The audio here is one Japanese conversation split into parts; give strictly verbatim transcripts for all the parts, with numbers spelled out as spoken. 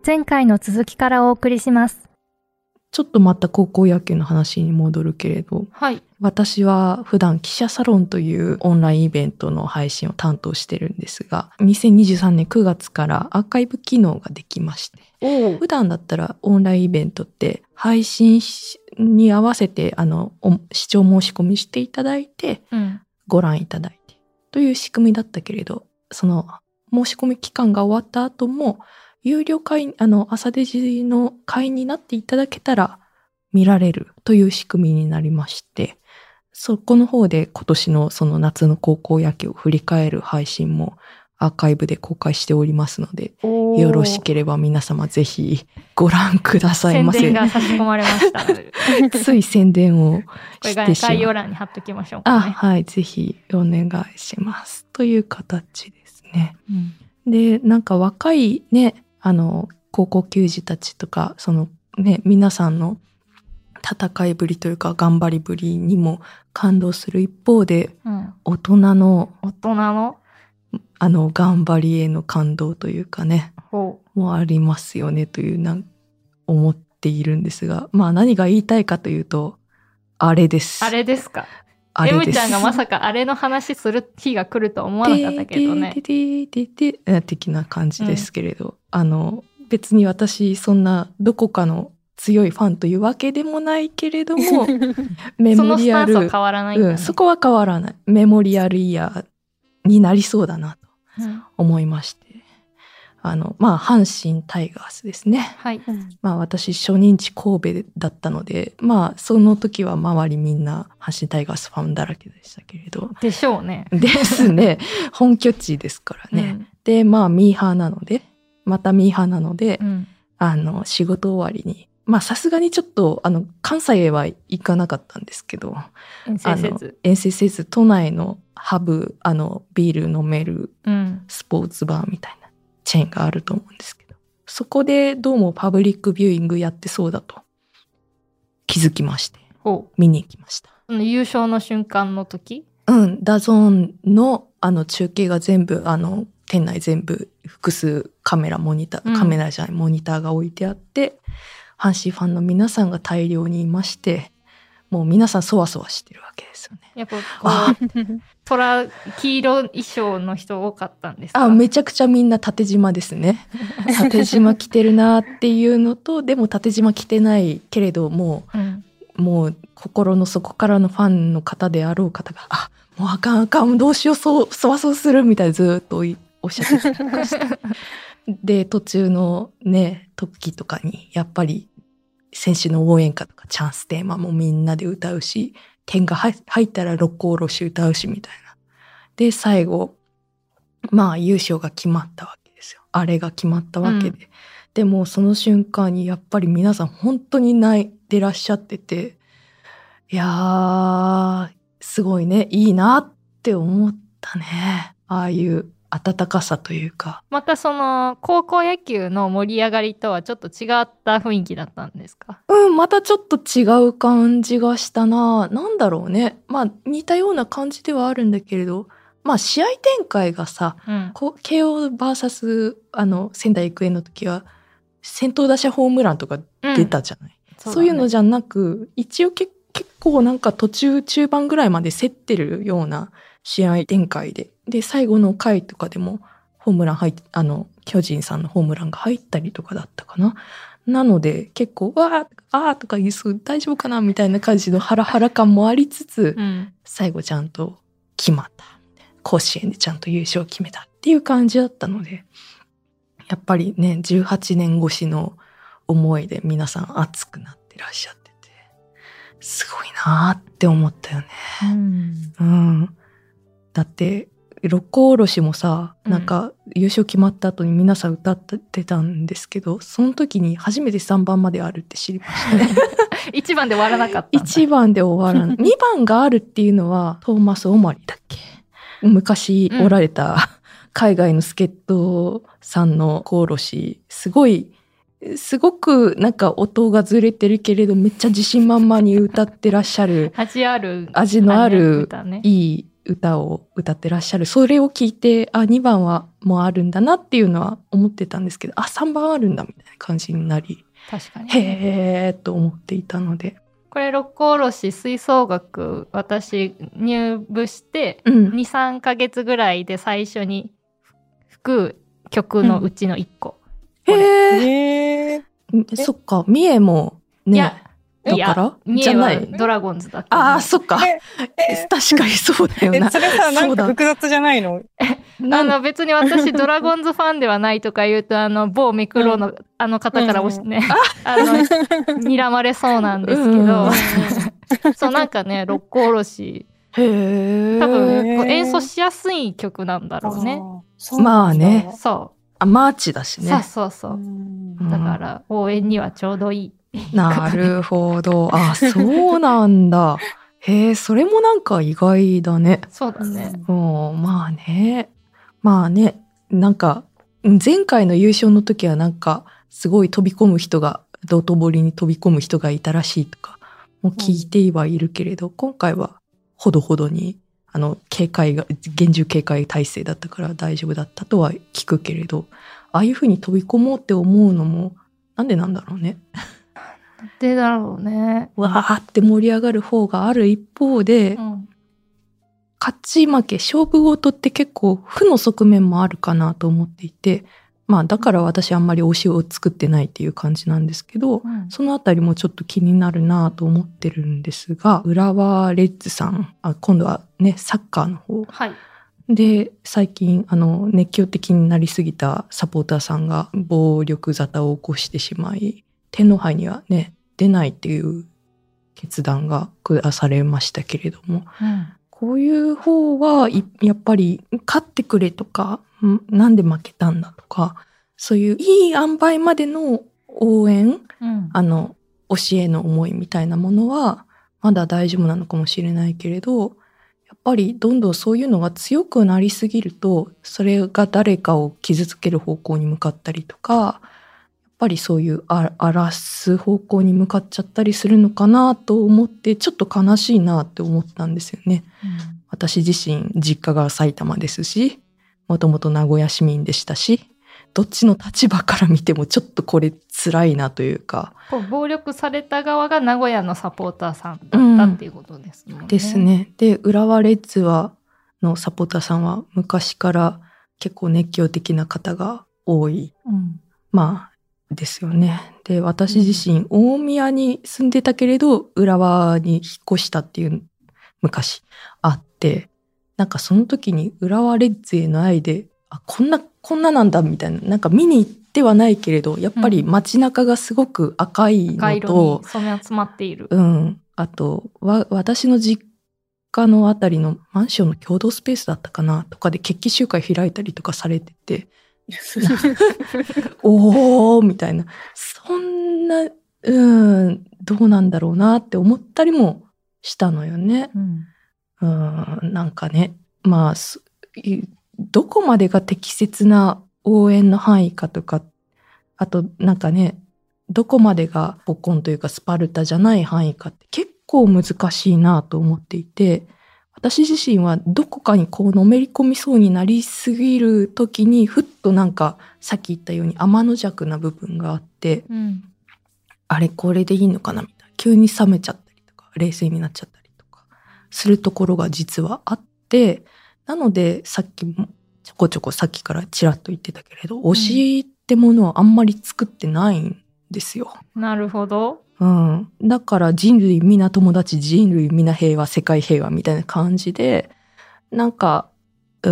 前回の続きからお送りします。 ちょっとまた高校野球の話に戻るけれど、 はい、 私は普段記者サロンというオンラインイベントの配信を担当してるんですが、にせんにじゅうさんねんくがつからアーカイブ機能ができまして、普段だったらオンラインイベントって配信に合わせてあの視聴申し込みしていただいて、うん、ご覧いただいてという仕組みだったけれど、その申し込み期間が終わった後も有料会員、あの朝デジの会員になっていただけたら見られるという仕組みになりまして、そこの方で今年のその夏の高校野球を振り返る配信もアーカイブで公開しておりますので、よろしければ皆様ぜひご覧くださいませ。 宣伝が差し込まれましたつい宣伝をしてしまう。 これ概要欄に貼っときましょうかね。 あ、はい、ぜひお願いしますという形ですね。うん、で、なんか若いね、あの高校球児たちとかそのね皆さんの戦いぶりというか頑張りぶりにも感動する一方で、うん、大人の大人のあの頑張りへの感動というかねもありますよねというなん思っているんですが、まあ何が言いたいかというとあれです。 あれですか。エムちゃんがまさかあれの話する日が来るとは思わなかったけどね。 ででででで的な感じですけれど、うん、あの別に私そんなどこかの強いファンというわけでもないけれどもメモリアルそのスタンスは変わらないんだね、 うん、そこは変わらない。メモリアルイヤーになりそうだなと思いまして、うん、あのまあ阪神タイガースですね、 はい、 まあ私初任地神戸だったので、まあその時は周りみんな阪神タイガースファンだらけでしたけれど、 でしょうねですね本拠地ですからね、うん、でまあミーハーなのでまたミーハーなので、うん、あの仕事終わりにまあさすがにちょっとあの関西へは行かなかったんですけど、 遠征せず遠征せず都内のハブあのビール飲めるスポーツバーみたいなチェーンがあると思うんですけど、そこでどうもパブリックビューイングやってそうだと気づきまして見に行きました。 優勝の瞬間の時、 うんダゾーンのあの中継が全部あの店内全部複数カメラモニター、うん、カメラじゃないモニターが置いてあって、阪神ファンの皆さんが大量にいまして、もう皆さんそわそわしてるわけですよね。 やっぱこうトラ黄色衣装の人多かったんですか？ あ、めちゃくちゃみんな縦縞ですね。縦縞着てるなっていうのと、でも縦縞着てないけれども、うん、もう心の底からのファンの方であろう方が、あ、もうあかんあかんどうしようそうそわそわするみたいなずっとおっしゃってたりとかしてで途中のね時とかにやっぱり選手の応援歌とかチャンステーマもみんなで歌うし、点が入ったら六甲おろし歌うしみたいな。で最後まあ優勝が決まったわけですよ。あれが決まったわけで、うん、でもその瞬間にやっぱり皆さん本当に泣いてらっしゃってて、いやーすごいね、いいなって思ったね。ああいう温かさというか。 またその高校野球の盛り上がりとはちょっと違った雰囲気だったんですか？ うん、またちょっと違う感じがしたな。なんだろうね。まあ似たような感じではあるんだけれど、まあ試合展開がさ、うん、慶応 ブイエス あの仙台育英の時は先頭打者ホームランとか出たじゃない。うん、そう、そういうのじゃなく、一応結構なんか途中中盤ぐらいまで競ってるような試合展開で。で、最後の回とかでもホームラン入っ、あの、巨人さんのホームランが入ったりとかだったかな。なので、結構、わー、あーとか言う、大丈夫かなみたいな感じのハラハラ感もありつつ、うん、最後ちゃんと決まった。甲子園でちゃんと優勝を決めたっていう感じだったので、やっぱりね、じゅうはちねん越しの思いで皆さん熱くなってらっしゃってて、すごいなーって思ったよね。うん。うん、だって、六甲おろしもさ、なんか優勝決まった後に皆さん歌ってたんですけど、その時に初めてさんばんまであるって知りましたね。 いちばんで終わらなかったんだ。 いちばんで終わらない。にばんがあるっていうのはトーマス・オマリだっけ？昔おられた海外の助っ人さんのコーロシ、すごいすごくなんか音がずれてるけれどめっちゃ自信満々に歌ってらっしゃる味ある味のあるいい歌を歌ってらっしゃる。それを聞いて、あ、にばんはもうあるんだなっていうのは思ってたんですけど、あ、さんばんあるんだみたいな感じになり、 確かに、 へーと思っていたので。 これ六甲おろし吹奏楽、私入部してうん、 にさんかげつぐらいで最初に吹く曲のうちのいっこ、 うん、 へー。 そっか、三重もね、 いやだから三重はドラゴンズだった。 ああ、そっか。確かにそうだよな。 え、それさ、なんか複雑じゃないの？ あの別に私ドラゴンズファンではないとか言うと、あの某ミクロのあの方からおし、ね、あの睨まれそうなんですけど、そうなんかね、六甲おろし、 へー、 多分こう演奏しやすい曲なんだろうね。 まあね。 そう。 あ、マーチだしね。 そうそうそう。だから応援にはちょうどいい。 なるほど。あ、そうなんだ。へえ、それもなんか意外だね。 そうだね。 うん、まあね。まあね。なんか、前回の優勝の時はなんか、すごい飛び込む人が、道頓堀に飛び込む人がいたらしいとか、もう聞いてはいるけれど、うん、今回はほどほどに、あの、警戒が、厳重警戒態勢だったから大丈夫だったとは聞くけれど、ああいうふうに飛び込もうって思うのも、なんでなんだろうね。 でだろうね。 わーって盛り上がる方がある一方で、うん、勝ち負け勝負事って結構負の側面もあるかなと思っていて、まあだから私あんまり推しを作ってないっていう感じなんですけど、うん、そのあたりもちょっと気になるなと思ってるんですが、浦和レッズさん、あ、今度はねサッカーの方、 はい、 で最近あの熱狂的になりすぎたサポーターさんが暴力沙汰を起こしてしまい、天皇杯にはね出ないっていう決断が下されましたけれども、うん、こういう方はやっぱり勝ってくれとか、なんで負けたんだとか、そういういい塩梅までの応援、うん、あの教えの思いみたいなものはまだ大丈夫なのかもしれないけれど、やっぱりどんどんそういうのが強くなりすぎると、それが誰かを傷つける方向に向かったりとか、やっぱりそういう荒らす方向に向かっちゃったりするのかなと思って、ちょっと悲しいなって思ったんですよね、うん、私自身実家が埼玉ですし、もともと名古屋市民でしたし、どっちの立場から見てもちょっとこれ辛いなというか、 こう暴力された側が名古屋のサポーターさんだったっていうことですもんね、うん、 ですね。で、浦和レッズはのサポーターさんは昔から結構熱狂的な方が多い、うん、まあですよね。で、私自身、うん、大宮に住んでたけれど浦和に引っ越したっていう昔あって、なんかその時に浦和レッズへの愛で、あ、こんなこんななんだみたいな、なんか見に行ってはないけれど、やっぱり街中がすごく赤いのと、うん、 赤色に染め集まっている、 うん、あとわ私の実家のあたりのマンションの共同スペースだったかなとかで決起集会開いたりとかされてておーみたいな、そんな、うん、どうなんだろうなって思ったりもしたのよね、うんうん、なんかね、まあどこまでが適切な応援の範囲かとか、あとなんかね、どこまでがポコンというかスパルタじゃない範囲かって結構難しいなと思っていて、私自身はどこかにこうのめり込みそうになりすぎる時にふっとなんかさっき言ったように天の弱な部分があって、うん、あれこれでいいのかなみたいな、急に冷めちゃったりとか冷静になっちゃったりとかするところが実はあって、なのでさっきもちょこちょこさっきからちらっと言ってたけれど、推しってものはあんまり作ってないんですよ。 なるほど。 うん。だから人類みな友達、人類みな平和、世界平和みたいな感じで、なんか、うん、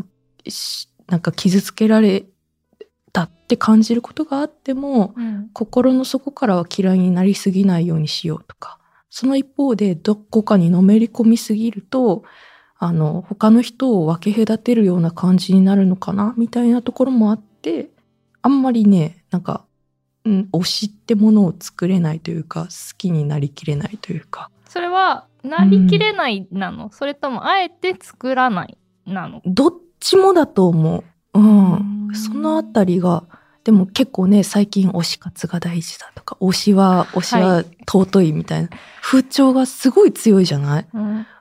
なんか傷つけられたって感じることがあっても、うん、心の底からは嫌いになりすぎないようにしようとか、その一方でどこかにのめり込みすぎると、あの他の人を分け隔てるような感じになるのかなみたいなところもあって、あんまりね、なんか、うん、推しってものを作れないというか、好きになりきれないというか。 それはなりきれないなの、うん、それともあえて作らないなの？ どっちもだと思う。うん。うん、そのあたりが、でも結構ね、最近推し活が大事だとか、推しは推しは尊いみたいな、はい、風潮がすごい強いじゃない？うん、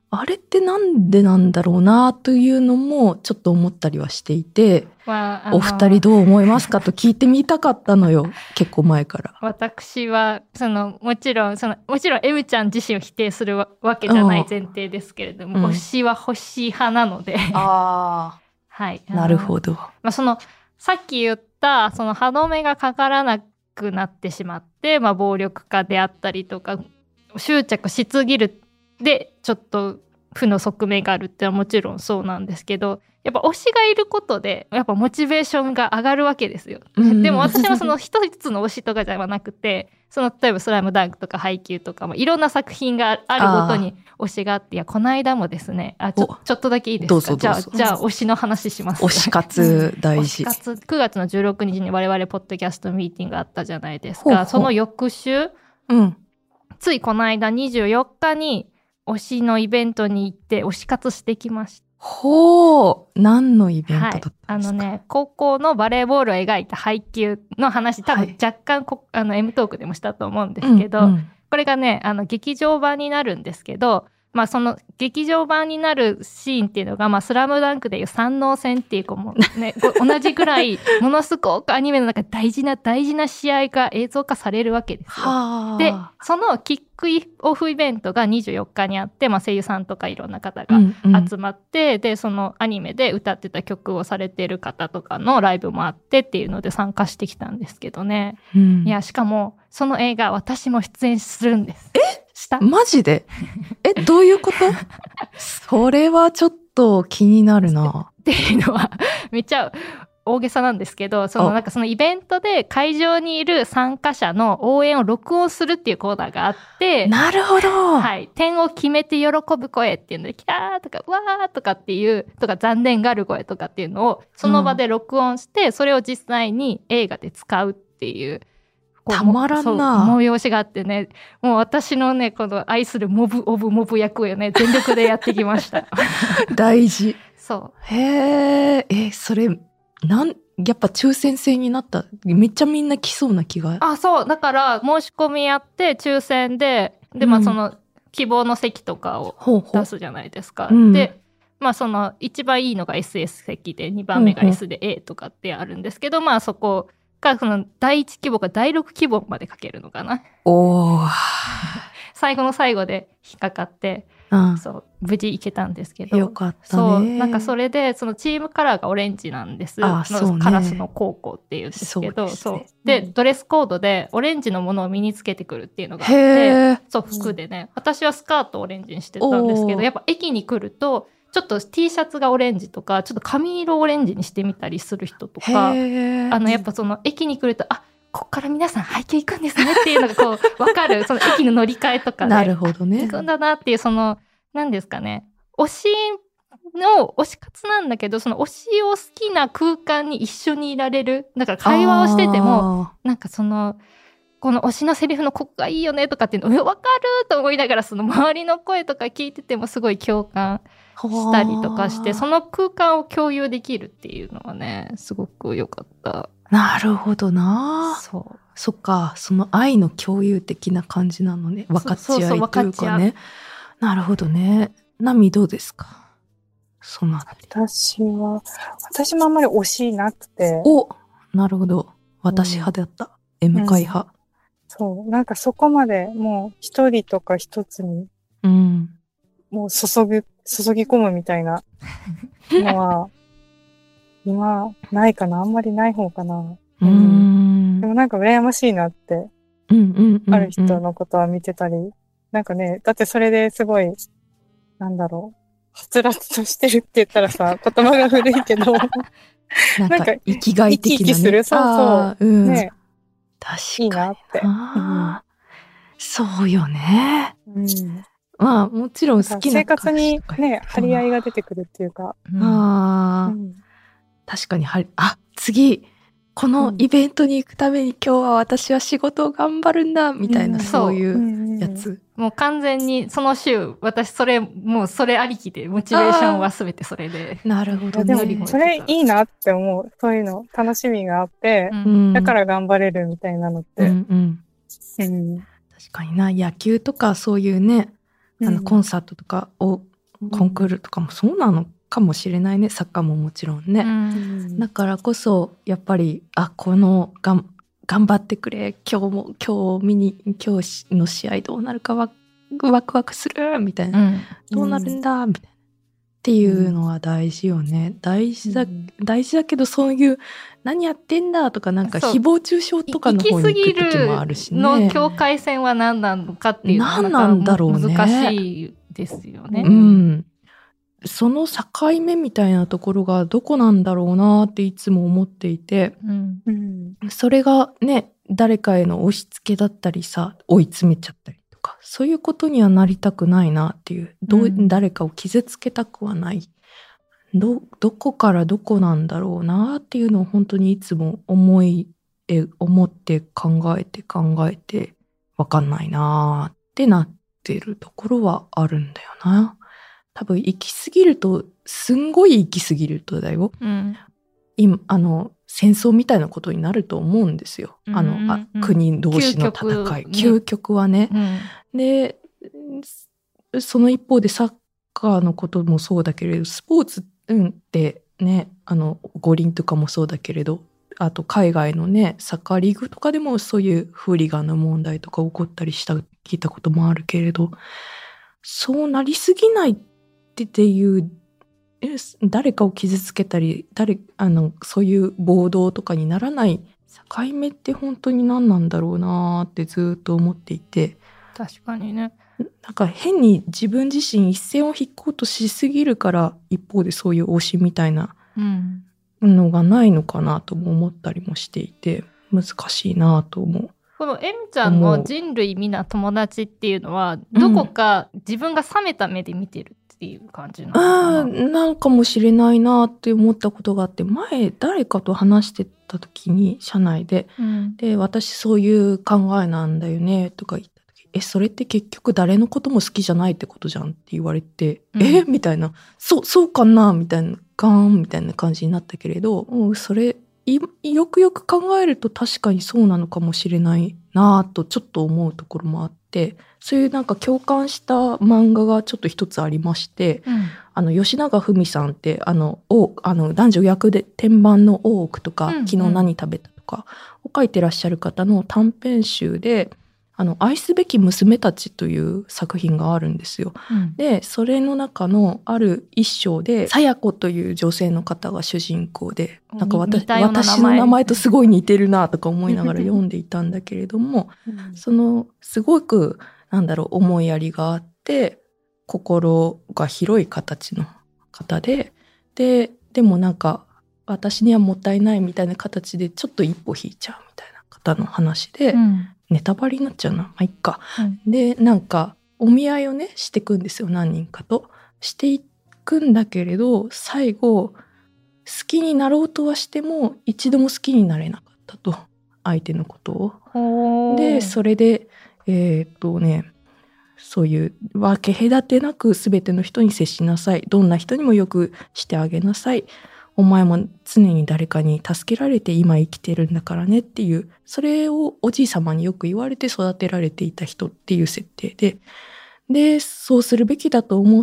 あれってなんでなんだろうなというのもちょっと思ったりはしていて、まあ、お二人どう思いますかと聞いてみたかったのよ。結構前から。 私はそのもちろんそのもちろん M ちゃん自身を否定するわけじゃない前提ですけれども、うん、推しは欲しい派なのであはい、 なるほど。 まあ、そのさっき言ったその歯止めがかからなくなってしまって、まあ、暴力化であったりとか執着しすぎるでちょっと負の側面があるってのはもちろんそうなんですけど、やっぱ推しがいることでやっぱモチベーションが上がるわけですよ、うん、でも私はその一つの推しとかじゃなくて、その例えばスラムダンクとかハイキューとかもいろんな作品があるごとに推しがあって、いやこの間もですね、あちょちょっとだけいいですか。 どうぞどうぞ。 じゃあじゃあ推しの話します。 推し活大事。 推し活くがつのじゅうろくにちに我々ポッドキャストミーティングあったじゃないですか。ほうほう。その翌週、 うん、 ついこの間にじゅうよっかに推しのイベントに行って推し活してきました。 ほう、何のイベントだったんですか？ はい、あのね、高校のバレーボールを描いた配球の話、多分若干こ、はい、あの M トークでもしたと思うんですけど、うんうん、これがね、あの劇場版になるんですけど、まあその劇場版になるシーンっていうのが、まあスラムダンクでいう三能戦っていうこうもね同じぐらいものすごくアニメの中で大事な大事な試合が映像化されるわけですよ。で、そのキックオフイベントがにじゅうよっかにあって、まあ声優さんとかいろんな方が集まって、うんうん、でそのアニメで歌ってた曲をされてる方とかのライブもあってっていうので参加してきたんですけどね。うん、いやしかもその映画私も出演するんです。 えしたマジでえどういうことそれはちょっと気になるなっていうのはめっちゃ大げさなんですけど、そのなんかそのイベントで会場にいる参加者の応援を録音するっていうコーナーがあって、 なるほど、 はい、点を決めて喜ぶ声っていうのでキャーとかわーとかっていうとか残念がる声とかっていうのをその場で録音して、うん、それを実際に映画で使うっていうたまらんな催しがあってね、もう私のねこの愛するモブオブモブ役をね全力でやってきました大事。 そうへーえそれなんやっぱ抽選制になった。めっちゃみんな来そうな気が。 あ、そうだから申し込みやって抽選でで、まあ、その希望の席とかを出すじゃないですか、 うん、 でまあその一番いいのが エスエス 席でにばんめが S で A とかってあるんですけど、うんうん、まあそこがそのだいいち規模かだいろく規模までかけるのかな。 おー最後の最後で引っかかって、うん、そう無事行けたんですけど。 よかったね。 そうなんかそれでそのチームカラーがオレンジなんです。 あそうね、 カラスの高校っていうんですけど、そうですね、そうでドレスコードでオレンジのものを身につけてくるっていうのがあって、そう服でね、私はスカートをオレンジにしてたんですけど、やっぱ駅に来るとちょっと T シャツがオレンジとかちょっと髪色オレンジにしてみたりする人とか、あのやっぱその駅に来るとあここから皆さん配給行くんですねっていうのがこう分かるその駅の乗り換えとかでなるほどね行くんだなっていうその何ですかね推しの推し活なんだけどその推しを好きな空間に一緒にいられるだから会話をしててもなんかそのこの推しのセリフのここがいいよねとかっていうの分かると思いながらその周りの声とか聞いててもすごい共感したりとかしてその空間を共有できるっていうのはねすごく良かった。 なるほどな。 そうそっかその愛の共有的な感じなのね。分かち合いというかね。そうそうなるほどね。ナミどうですかそのあたり。 私は私もあんまり推しなくて。 おなるほど私派だった、うん、M 会派、うん、 そうなんかそこまでもう一人とか一つに、 うん、 もう注ぐ注ぎ込むみたいなのは今ないかなあんまりない方かな。 うん、 でもなんか羨ましいなって、 うんうんうんうん、 ある人のことは見てたりなんかねだってそれですごいなんだろうはつらつとしてるって言ったらさ言葉が古いけどなんか生きがい的なね生き生きするそうそう、うん、ね確かにいいなって、うん、 そうよね、 うん、 まあもちろん好きな生活にね張り合いが出てくるっていうか、 うん、あ、うん、確かにはりあ次このイベントに行くために今日は私は仕事を頑張るんだみたいな、うん、そういうやつ、 うん、もう完全にその週私それもうそれありきでモチベーションは全てそれでなるほどねでもそれいいなって思うそういうの楽しみがあって、うん、だから頑張れるみたいなのって、 うんうんうん、確かにな野球とかそういうねあのコンサートとかをコンクールとかもそうなのかもしれないね、サッカーももちろんね、うん、だからこそやっぱりあこのがん頑張ってくれ今日も今日見に今日の試合どうなるかワクワクするみたいな、うん、どうなるんだみたいなっていうのは大事よね、大事だ、うん、大事だけどそういう何やってんだとかなんか誹謗中傷とかの方に行く時もあるしね。 の境界線は何なのかっていうのは何なんだろうね、 難しいですよね。 うん、その境目みたいなところがどこなんだろうなっていつも思っていて、うんうん、それがね誰かへの押し付けだったりさ追い詰めちゃったりとかそういうことにはなりたくないなっていう、どう、うん、誰かを傷つけたくはない、どどこからどこなんだろうなっていうのを本当にいつも思いえ思って考えて考えて分かんないなってなってるところはあるんだよな。多分行き過ぎるとすんごい行き過ぎるとだよ、うん、今あの戦争みたいなことになると思うんですよ、うんうんうん、あのあ国同士の戦い、究極はね、うん、でその一方でサッカーのこともそうだけれどスポーツってねあの五輪とかもそうだけれどあと海外のねサッカーリーグとかでもそういうフーリガンの問題とか起こったりした聞いたこともあるけれど、そうなりすぎないっていう誰かを傷つけたり誰あのそういう暴動とかにならない境目って本当に何なんだろうなってずっと思っていて、 確かにね、 なんか変に自分自身一線を引こうとしすぎるから一方でそういう推しみたいなのがないのかなとも思ったりもしていて難しいなと思う。 このエミちゃんの人類みな友達っていうのはどこか自分が冷めた目で見てるっていう感じなのかな、 うん、あなんかもしれないなって思ったことがあって、前誰かと話してた時に社内で、うん、で私そういう考えなんだよねとか言った時、えそれって結局誰のことも好きじゃないってことじゃんって言われて、うん、えみたいな、そうそうかなみたいなガーンみたいな感じになったけれど、うん、それよくよく考えると確かにそうなのかもしれないなとちょっと思うところもあって、そういうなんか共感した漫画がちょっと一つありまして、うん、あの吉永文さんってあのあの男女役で天板の大奥とか、うんうん、昨日何食べたとかを書いてらっしゃる方の短編集であの愛すべき娘たちという作品があるんですよ、うん、でそれの中のある一章でさや子という女性の方が主人公で、なんか 私, 私の名前とすごい似てるなとか思いながら読んでいたんだけれども、うん、そのすごくなんだろう思いやりがあって心が広い形の方で、ででもなんか私にはもったいないみたいな形でちょっと一歩引いちゃうみたいな方の話で、うんネタバレになっちゃうな。まあ、いっか、うん。で、なんか、お見合いをね、していくんですよ。何人かと。していくんだけれど、最後、好きになろうとはしても、一度も好きになれなかったと。相手のことを。で、それで、えー、っとね、そういう分け隔てなく全ての人に接しなさい。どんな人にもよくしてあげなさい。お前も常に誰かに助けられて今生きてるんだからねっていう、それをおじい様によく言われて育てられていた人っていう設定で、でそうするべきだと思って、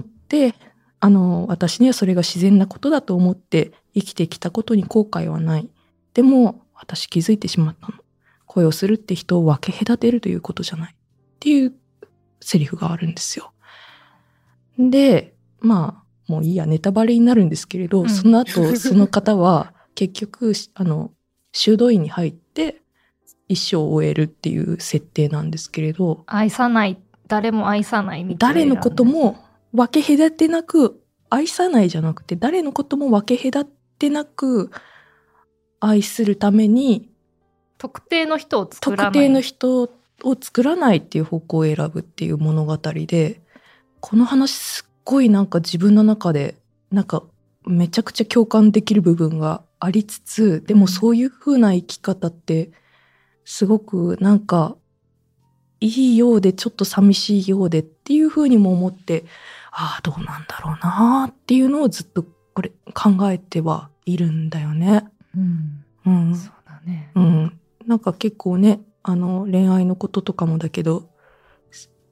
あの私にはそれが自然なことだと思って生きてきたことに後悔はない。でも私気づいてしまったの。恋をするって人を分け隔てるということじゃないっていうセリフがあるんですよ。でまあもういいやネタバレになるんですけれど、うん、その後その方は結局あの修道院に入って一生を終えるっていう設定なんですけれど、 愛さない誰も愛さないみたいな、 誰のことも分け隔てなく愛さないじゃなくて誰のことも分け隔てなく愛するために特定の人を作らない特定の人を作らないっていう方向を選ぶっていう物語で、この話すっごいなんか自分の中でなんかめちゃくちゃ共感できる部分がありつつ、でもそういう風な生き方ってすごくなんかいいようでちょっと寂しいようでっていう風にも思って、ああどうなんだろうなっていうのをずっとこれ考えてはいるんだよね。 うんうん、 そうだね。 うん、なんか結構ねあの恋愛のこととかもだけど、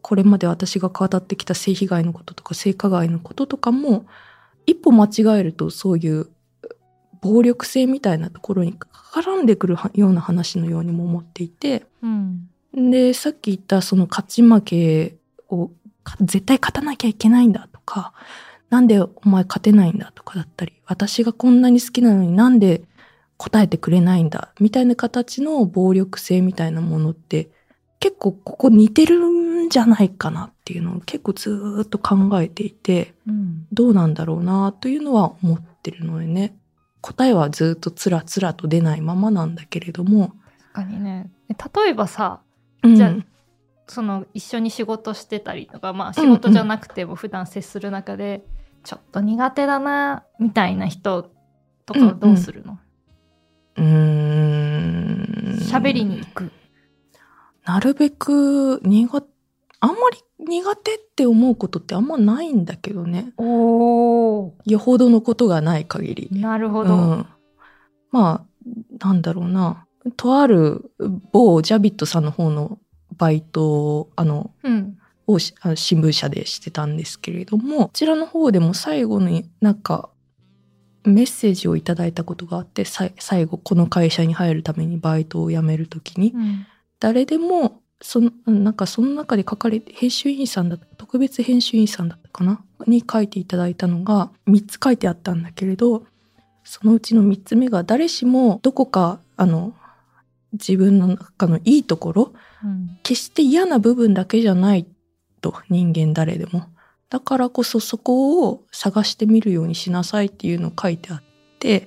これまで私が語ってきた性被害のこととか性加害のこととかも一歩間違えるとそういう暴力性みたいなところに絡んでくるような話のようにも思っていて、 うん、 でさっき言ったその勝ち負けを絶対勝たなきゃいけないんだとか、なんでお前勝てないんだとかだったり、私がこんなに好きなのになんで答えてくれないんだみたいな形の暴力性みたいなものって結構ここ似てるんじゃないかなっていうのを結構ずーっと考えていて、うん、どうなんだろうなというのは思ってるのでね、答えはずっとつらつらと出ないままなんだけれども。 確かにね。例えばさ、じゃあ、うん、その一緒に仕事してたりとか、まあ仕事じゃなくても普段接する中で、うんうん、ちょっと苦手だなみたいな人とかはどうするの？ うーん、 喋りに行く。 なるべく苦手、あんまり苦手って思うことってあんまないんだけどね。 おー。 よほどのことがない限り。 なるほど。 うん、まあなんだろうな。とある某ジャビットさんの方のバイトあの、うん、を新聞社でしてたんですけれども、こちらの方でも最後になんかメッセージをいただいたことがあって、さ最後この会社に入るためにバイトを辞めるときに、うん、誰でもそのなんかその中で書かれて、編集員さんだった特別編集員さんだったかなに書いていただいたのがみっつ書いてあったんだけれど、そのうちのみっつめが、誰しもどこかあの自分の中のいいところ、うん、決して嫌な部分だけじゃないと、人間誰でもだからこそそこを探してみるようにしなさいっていうのを書いてあって、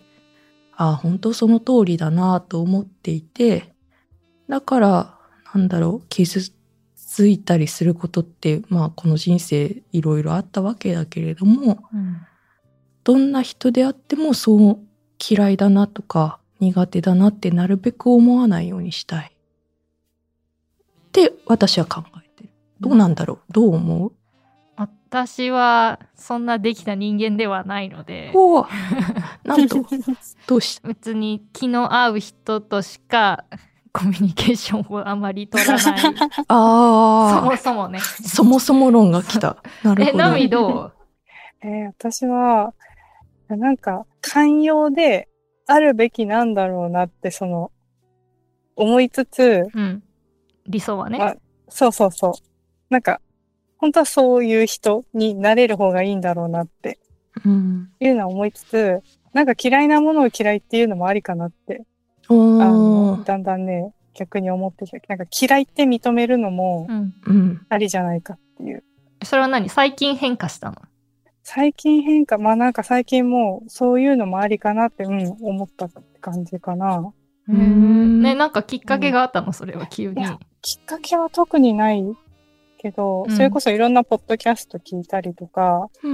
ああ本当その通りだなと思っていて、だからなんだろう、傷ついたりすることってまあこの人生いろいろあったわけだけれども、うん、どんな人であってもそう嫌いだなとか苦手だなってなるべく思わないようにしたいって私は考えてる。どうなんだろう、どう思う？ 私はそんなできた人間ではないので、 おなんとどうして別に気の合う人としかコミュニケーションをあまり取らないあそもそもねそもそも論が来た。なるほど。 え、ナミどう？ えー、私はなんか寛容であるべきなんだろうなってその思いつつ、 うん、理想はね、 まあ、そうそうそう、なんか本当はそういう人になれる方がいいんだろうなって、うん、いうのは思いつつ、なんか嫌いなものを嫌いっていうのもありかなって、あのだんだんね逆に思ってきて、なんか嫌いって認めるのもありじゃないかっていう。 うん、それは何？最近変化したの？ 最近変化、まあなんか最近もうそういうのもありかなって、うん、思ったって感じかな。 うーんね、なんかきっかけがあったの、うん、それは急に。 きっかけは特にないけど、うん、それこそいろんなポッドキャスト聞いたりとか、うんうん、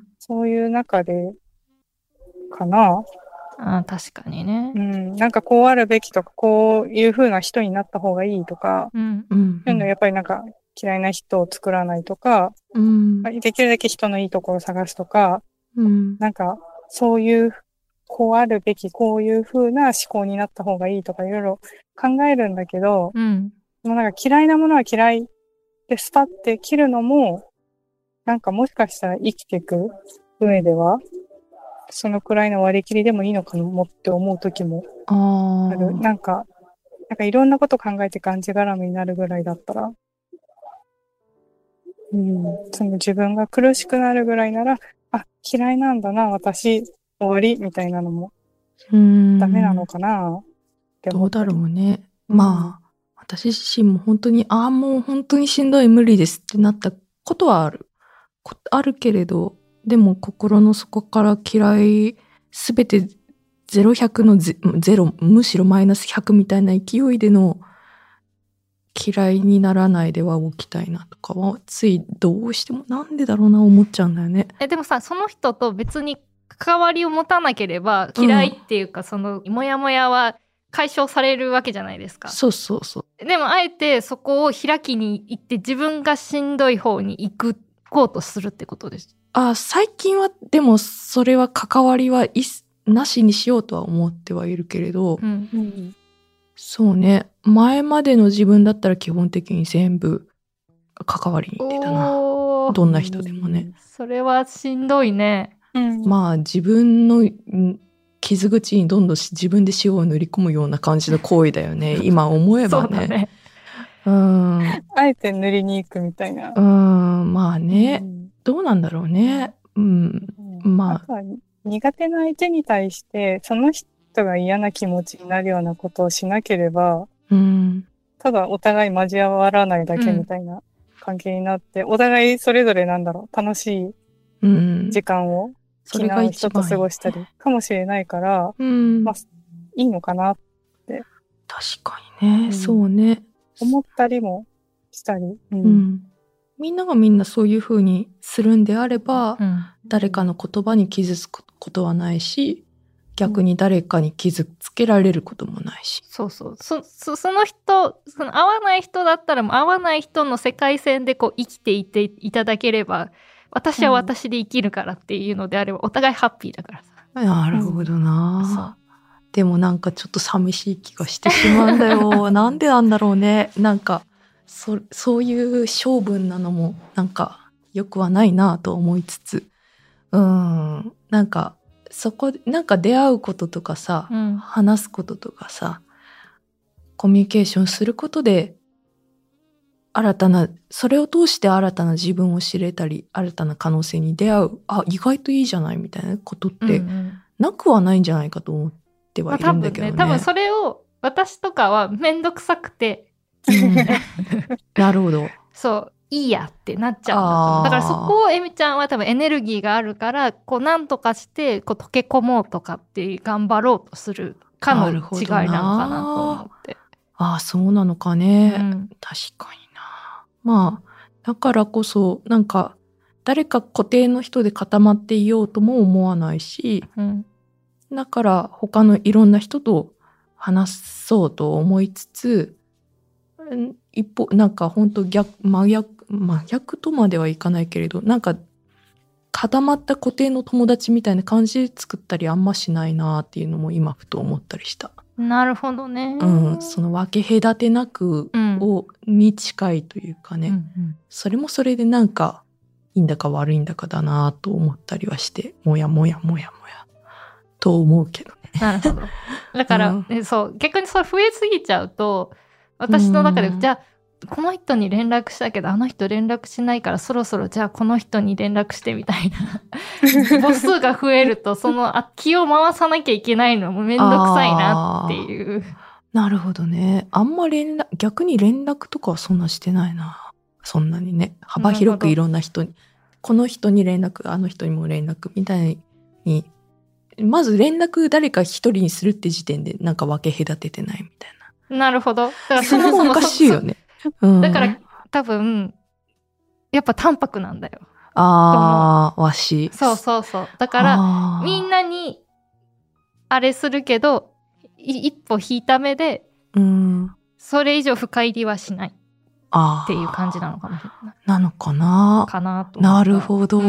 そういう中でかな。 あ、確かにね。 うん、なんかこうあるべきとか、こういう風な人になった方がいいとか、うんうん、そういうのやっぱりなんか嫌いな人を作らないとか、うん、できるだけ人のいいところを探すとか、うん、なんかそういうこうあるべき、こういう風な思考になった方がいいとかいろいろ考えるんだけど、うん、でもなんか嫌いなものは嫌いでスパって切るのも、なんかもしかしたら生きていく上では、そのくらいの割り切りでもいいのかもって思う時もある。なんか、なんかいろんなこと考えてがんじがらめになるぐらいだったら、うん、その自分が苦しくなるぐらいなら、あ、嫌いなんだな、私、終わり、みたいなのも、ダメなのかなって思ったり。 どうだろうね。まあ、私自身も本当に、ああ、もう本当にしんどい、無理ですってなったことはある。あるけれど、でも心の底から嫌い、すべてゼロひゃくのゼロ、むしろマイナスひゃくみたいな勢いでの嫌いにならないではおきたいなとかは、ついどうしてもなんでだろうな思っちゃうんだよね。 え、でもさ、その人と別に関わりを持たなければ嫌いっていうか、うん、そのモヤモヤは解消されるわけじゃないですか。 そうそうそう。 でもあえてそこを開きに行って自分がしんどい方に行くこうとするってことです。 あ、最近はでもそれは関わりはいなしにしようとは思ってはいるけれど、うんうん、そうね、前までの自分だったら基本的に全部関わりに出たな。どんな人でもね。 それはしんどいね。 うん、まあ自分の傷口にどんどん自分で塩を塗り込むような感じの行為だよね。今思えばね。そうだね。うん。 あえて塗りに行くみたいな。 うん、まあね。うん、どうなんだろうね。うん。うん、まあ。 苦手な相手に対して、その人が嫌な気持ちになるようなことをしなければ、うん、ただお互い交わらないだけみたいな関係になって、うん、お互いそれぞれなんだろう、楽しい時間を、好きな人と過ごしたりかもしれないから、うん、まあ、いいのかなって。 確かにね、うん、そうね。 思ったりもしたり。 うんうん、みんながみんなそういう風にするんであれば、うん、誰かの言葉に傷つくことはないし、逆に誰かに傷つけられることもないし。 そうそう。そ、そ、その人、その合わない人だったらもう合わない人の世界線でこう生きていていただければ、私は私で生きるからっていうのであれば、お互いハッピーだからさ。 なるほどな、うん、でもなんかちょっと寂しい気がしてしまうんだよ。なんでなんだろうね。なんか、そ、そういう性分なのもなんか良くはないなと思いつつ、うん、なんか、そこでなんか出会うこととかさ、うん、話すこととかさ、コミュニケーションすることで新たな、それを通して新たな自分を知れたり、新たな可能性に出会う、あ、意外といいじゃないみたいなことってなくはないんじゃないかと思ってはいるんだけどね。 まあ、多分ね、多分それを私とかはめんどくさくて、 うん、なるほど。 そう。いいやってなっちゃうんだと思う。だからそこをエミちゃんは多分エネルギーがあるから、こうなんとかしてこう溶け込もうとかって頑張ろうとするかの違いなのかなと思って。 ああ、そうなのかね。うん、確かにな。まあ、だからこそなんか誰か固定の人で固まっていようとも思わないし、うん、だから他のいろんな人と話そうと思いつつ、一方、なんか本当逆、真逆、真逆とまではいかないけれど、なんか固まった固定の友達みたいな感じで作ったりあんましないなっていうのも今ふと思ったりした。 なるほどね。 うん、その分け隔てなくを、うん、に近いというかね、うんうん、それもそれでなんかいいんだか悪いんだかだなと思ったりはして、もやもやもやもやと思うけどね。 なるほど。だから、うんね、そう逆にそれ増えすぎちゃうと。私の中で、じゃあ、この人に連絡したけど、あの人連絡しないから、そろそろじゃあこの人に連絡してみたいな。母数が増えると、そのあ気を回さなきゃいけないのもめんどくさいなっていう。 なるほどね。あんま連絡、逆に連絡とかはそんなしてないな。そんなにね。幅広くいろんな人に、この人に連絡、あの人にも連絡みたいに、まず連絡誰か一人にするって時点でなんか分け隔ててないみたいな。 なるほど。だからそもそもおかしいよね。 うん、だから多分やっぱ淡白なんだよ。 ああ、わし。 そうそうそう。だからみんなにあれするけど一歩引いた目で、うん、それ以上深入りはしないっていう感じなのかもしれない。 なのかな。 かなと。 なるほど。うん、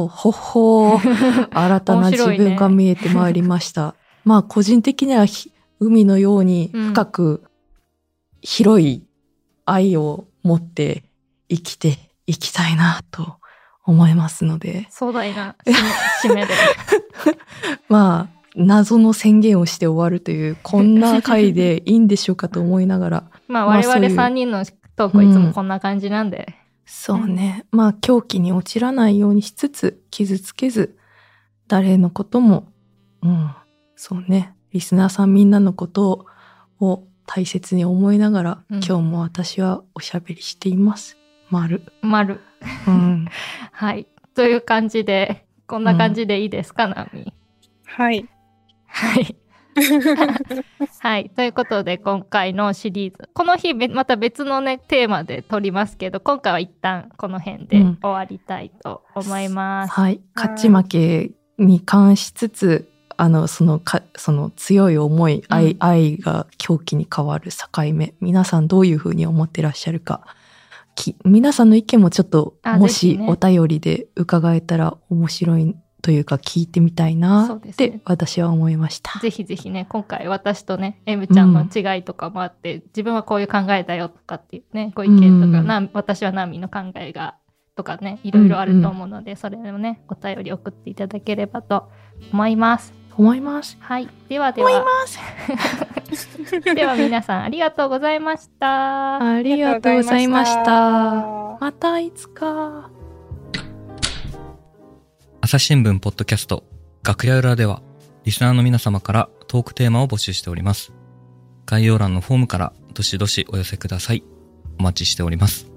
ほほ新たな自分が見えてまいりました。ね、まあ個人的には海のように深く広い愛を持って生きていきたいなと思いますので。 壮大な締めで。 まあ、謎の宣言をして終わるという、こんな回でいいんでしょうかと思いながら。 まあ我々さんにんのトークはいつもこんな感じなんで。うん、 そうね。まあ狂気に陥らないようにしつつ、傷つけず、誰のことも、うん、そうね。リスナーさんみんなのことを大切に思いながら、うん、今日も私はおしゃべりしています。丸。 丸。うん、はい。という感じで、こんな感じでいいですか、うん、ナミ。 はい。 はい。はい。ということで、今回のシリーズ、この日、また別のね、テーマで撮りますけど、今回は一旦この辺で終わりたいと思います。 うん、はい。勝ち負けに関しつつ、あの、そのか、その強い思い、愛、うん、愛が狂気に変わる境目。皆さんどういうふうに思ってらっしゃるか。き皆さんの意見もちょっと、もしお便りで伺えたら面白いというか聞いてみたいなって私は思いました。 ぜひぜひね、今回私とね、M ちゃんの違いとかもあって、うん、自分はこういう考えだよとかっていうね、ご意見とか、うん、な私はナミの考えがとかね、いろいろあると思うので、うんうん、それをね、お便り送っていただければと思います。 思います。 はい。ではでは。 思います。 では皆さんありがとうございました。 ありがとうございました。またいつか。 朝日新聞ポッドキャスト楽屋裏ではリスナーの皆様からトークテーマを募集しております。概要欄のフォームからどしどしお寄せください。お待ちしております。